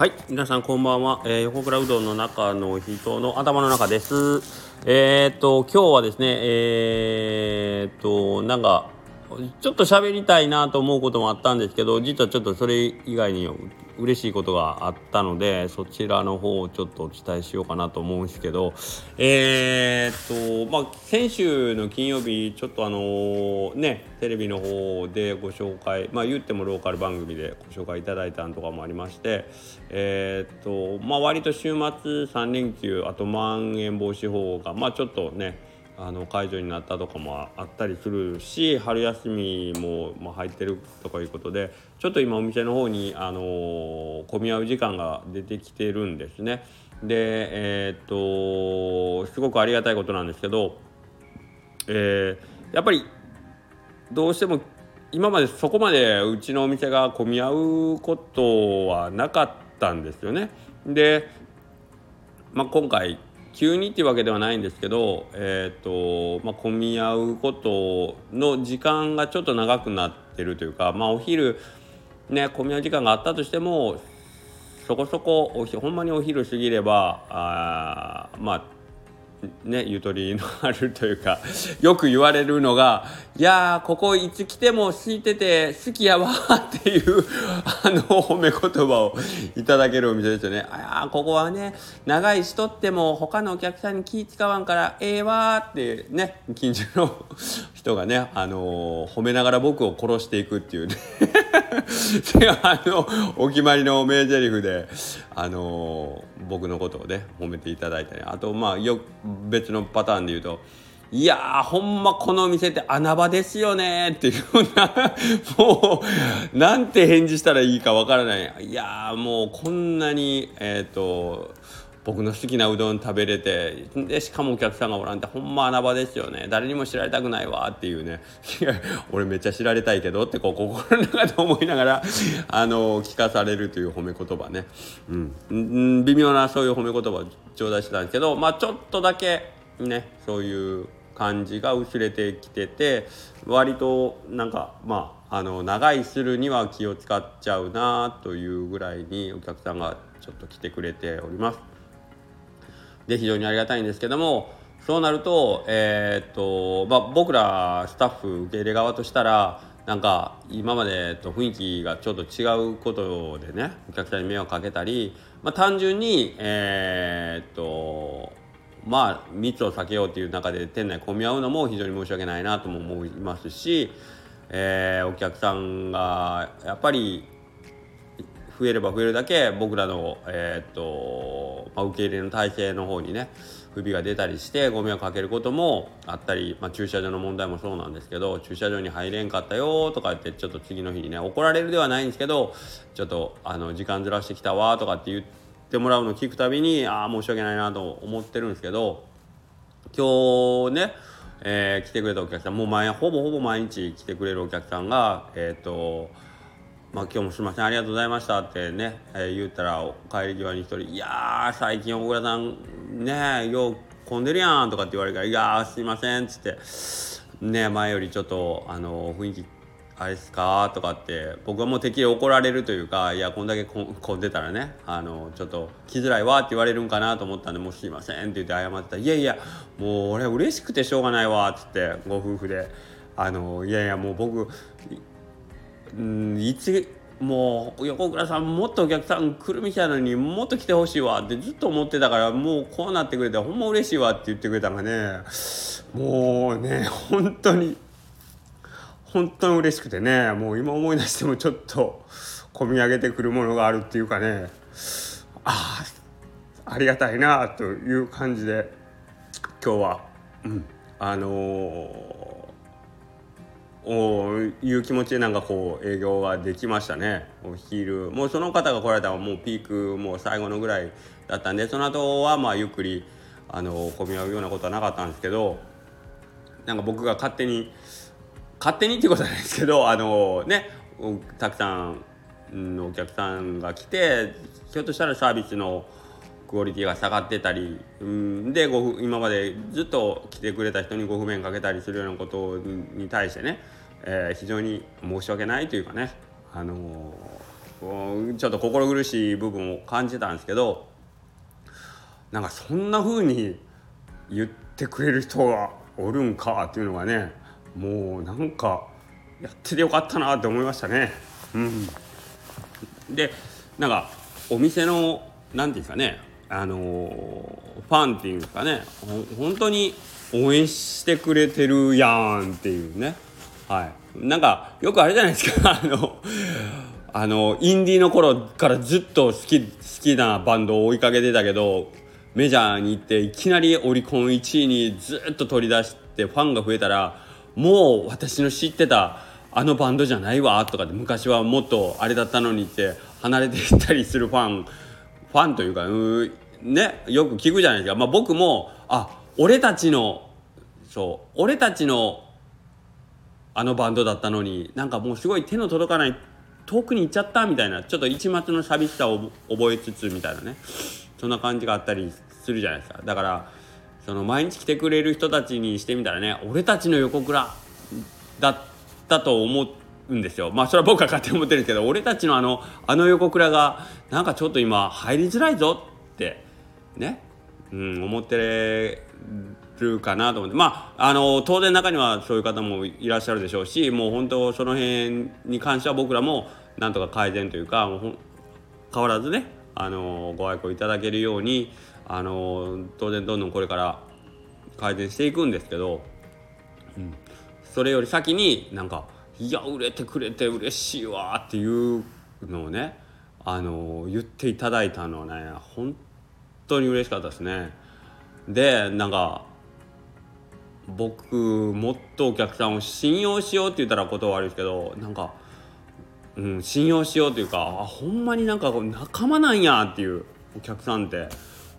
はい、皆さんこんばんは。横倉うどんの中の人の頭の中です。今日はですね、なんかちょっと喋りたいなと思うこともあったんですけど、実はちょっとそれ以外に嬉しいことがあったので、そちらの方をちょっとお伝えしようかなと思うんですけど、先週の金曜日ちょっとテレビの方でご紹介、言ってもローカル番組でご紹介いただいたのとかもありまして、割と週末3連休、あとまん延防止法がちょっとね解除になったとかもあったりするし、春休みも入ってるとかいうことで、ちょっと今お店の方に混み合う時間が出てきてるんですね。で、すごくありがたいことなんですけど、やっぱりどうしても今までそこまでうちのお店が混み合うことはなかったんですよね。で、今回急にっていうわけではないんですけど、混み合うことの時間がちょっと長くなってるというか、お昼ね混み合う時間があったとしても、そこそこほんまにお昼過ぎればゆとりのあるというか、よく言われるのが、いやここいつ来ても空いてて好きやわっていう褒め言葉をいただけるお店ですよね。ここはね長いしとっても他のお客さんに気使わんからええわってね、近所の人がね褒めながら僕を殺していくっていうねお決まりの名台詞で僕のことをね褒めていただいたり、あと別のパターンで言うと、いやーほんまこの店って穴場ですよねっていうようなもうなんて返事したらいいかわからない。いやーもうこんなに僕の好きなうどん食べれて、でしかもお客さんがおらんってほんま穴場ですよね、誰にも知られたくないわっていうねいや俺めっちゃ知られたいけどって心の中で思いながら聞かされるという褒め言葉ね、微妙なそういう褒め言葉を頂戴してたんですけど、ちょっとだけねそういう感じが薄れてきてて、割と長居するには気を使っちゃうなというぐらいにお客さんがちょっと来てくれております。で非常にありがたいんですけども、そうなると、僕らスタッフ受け入れ側としたら今までと雰囲気がちょっと違うことでねお客さんに迷惑かけたり、単純に密を避けようという中で店内混み合うのも非常に申し訳ないなとも思いますし、お客さんがやっぱり増えれば増えるだけ僕らの、受け入れの体制の方にね不備が出たりしてご迷惑かけることもあったり、駐車場の問題もそうなんですけど、駐車場に入れんかったよとか言ってちょっと次の日にね怒られるではないんですけど、ちょっと時間ずらしてきたわとかって言ってもらうのを聞くたびに申し訳ないなと思ってるんですけど、今日ね、来てくれたお客さんもほぼ毎日来てくれるお客さんが今日もすいませんありがとうございましたってね、言ったら帰り際に一人、いやー最近大倉さんねよう混んでるやんとかって言われるから、いやーすいませんっつってね、前よりちょっと雰囲気あれですかとかって僕はもう敵で怒られるというか、いやこんだけ混んでたらねちょっと来づらいわって言われるんかなと思ったんで、もうすいませんって言って謝ってたら、いやいやもう俺嬉しくてしょうがないわっつって、ご夫婦でいやいやもう僕もう横倉さんもっとお客さん来るみたいなのにもっと来てほしいわってずっと思ってたから、もうこうなってくれてほんま嬉しいわって言ってくれたのがね、もうね本当に嬉しくてね、もう今思い出してもちょっと込み上げてくるものがあるっていうかね、ありがたいなという感じで今日はいう気持ちで営業ができましたね。お昼もうその方が来られたのはもうピークもう最後のぐらいだったんで、その後はゆっくり混み合うようなことはなかったんですけど、僕が勝手にっていうことはないですけどたくさんのお客さんが来て、ひょっとしたらサービスのクオリティが下がってたり、で今までずっと来てくれた人にご不便かけたりするようなことに対してね、非常に申し訳ないというかね、 ちょっと心苦しい部分を感じたんですけど、なんかそんな風に言ってくれる人がおるんかっていうのがね、もうなんかやっててよかったなって思いましたね。でなんかお店のなんていうんですかね、ファンっていうんですかね、本当に応援してくれてるやんっていうね。なんかよくあれじゃないですかインディーの頃からずっと好きなバンドを追いかけてたけど、メジャーに行っていきなりオリコン1位にずっと取り出してファンが増えたら、もう私の知ってたあのバンドじゃないわとかで、昔はもっとあれだったのにって離れていったりするファンというかね、よく聞くじゃないですか。僕も俺たちのあのバンドだったのに、なんかもうすごい手の届かない遠くに行っちゃったみたいな、ちょっと一抹の寂しさを覚えつつみたいなね、そんな感じがあったりするじゃないですか。だからその毎日来てくれる人たちにしてみたらね、俺たちの横倉だったと思うんですよ。それは僕が勝手に思ってるんですけど、俺たちのあの横倉がなんかちょっと今入りづらいぞってね、思ってるかなと思って、当然中にはそういう方もいらっしゃるでしょうし、もう本当その辺に関しては僕らもなんとか改善というか、もう変わらずね、ご愛顧いただけるように当然どんどんこれから改善していくんですけど、それより先になんかいや売れてくれて嬉しいわっていうのをね、言っていただいたのはね、本当に嬉しかったですね。でなんか僕もっとお客さんを信用しようって言ったら言葉悪いですけど、なんか、信用しようというか、ほんまになんか仲間なんやっていうお客さんって、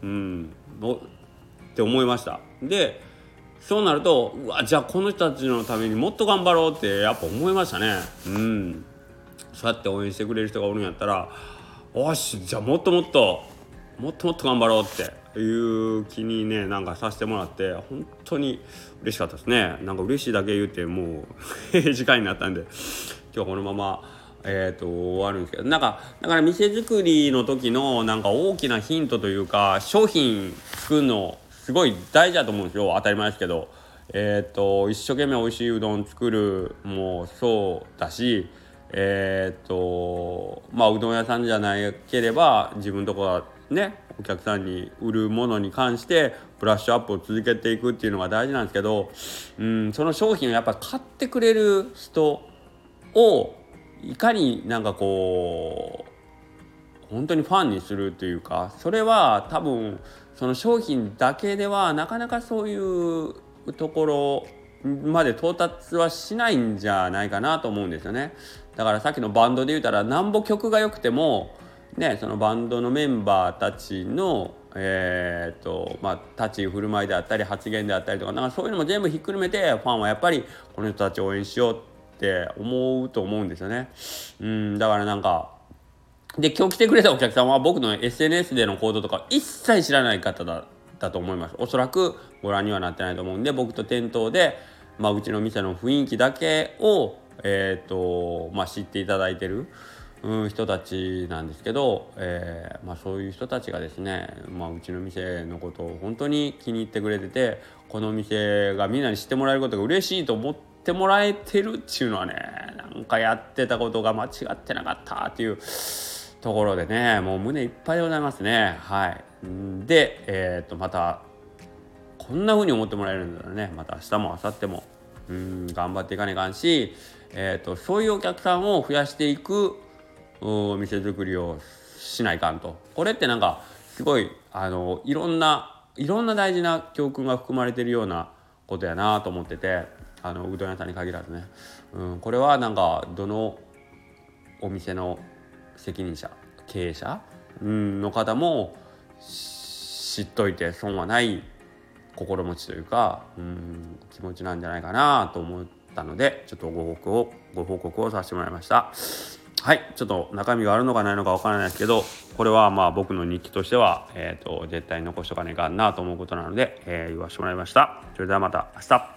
って思いました。でそうなるとじゃあこの人たちのためにもっと頑張ろうってやっぱ思いましたね。そうやって応援してくれる人がおるんやったら、よしじゃあもっと頑張ろうっていう気にね、なんかさせてもらって本当に嬉しかったですね。なんか嬉しいだけ言ってもう時間になったんで今日はこのまま終わるんですけど、だから店作りの時のなんか大きなヒントというか、商品作るのすごい大事だと思うんですよ。当たり前ですけど一生懸命美味しいうどん作るもそうだし、うどん屋さんじゃなければ自分とこがねお客さんに売るものに関してブラッシュアップを続けていくっていうのが大事なんですけど、その商品をやっぱ買ってくれる人をいかになんかこう本当にファンにするというか、それは多分その商品だけではなかなかそういうところまで到達はしないんじゃないかなと思うんですよね。だからさっきのバンドで言うたら、なんぼ曲が良くてもね、そのバンドのメンバーたちの立ち居振る舞いであったり発言であったりとか、なんかそういうのも全部ひっくるめてファンはやっぱりこの人たちを応援しようって思うと思うんですよね。だからなんかで今日来てくれたお客さんは僕の SNS での行動とか一切知らない方だと思います。おそらくご覧にはなってないと思うんで、僕と店頭で、うちの店の雰囲気だけを、知っていただいてる人たちなんですけど、そういう人たちがですね、うちの店のことを本当に気に入ってくれてて、この店がみんなに知ってもらえることが嬉しいと思ってもらえてるっていうのはね、なんかやってたことが間違ってなかったっていうところでね、もう胸いっぱいでございますね。で、またこんな風に思ってもらえるんだらね、また明日も明後日も頑張っていかないかんし、そういうお客さんを増やしていく店作りをしないかんと。これってなんかすごいいろんな大事な教訓が含まれているようなことやなと思ってて、うどん屋さんに限らずね、これはなんかどのお店の責任者経営者の方も知っといて損はない心持ちというか気持ちなんじゃないかなと思ったので、ちょっとご報告をさせてもらいました。ちょっと中身があるのかないのかわからないですけど、これは僕の日記としては絶対残しとかねえかんなと思うことなので、言わせてもらいました。それではまた明日。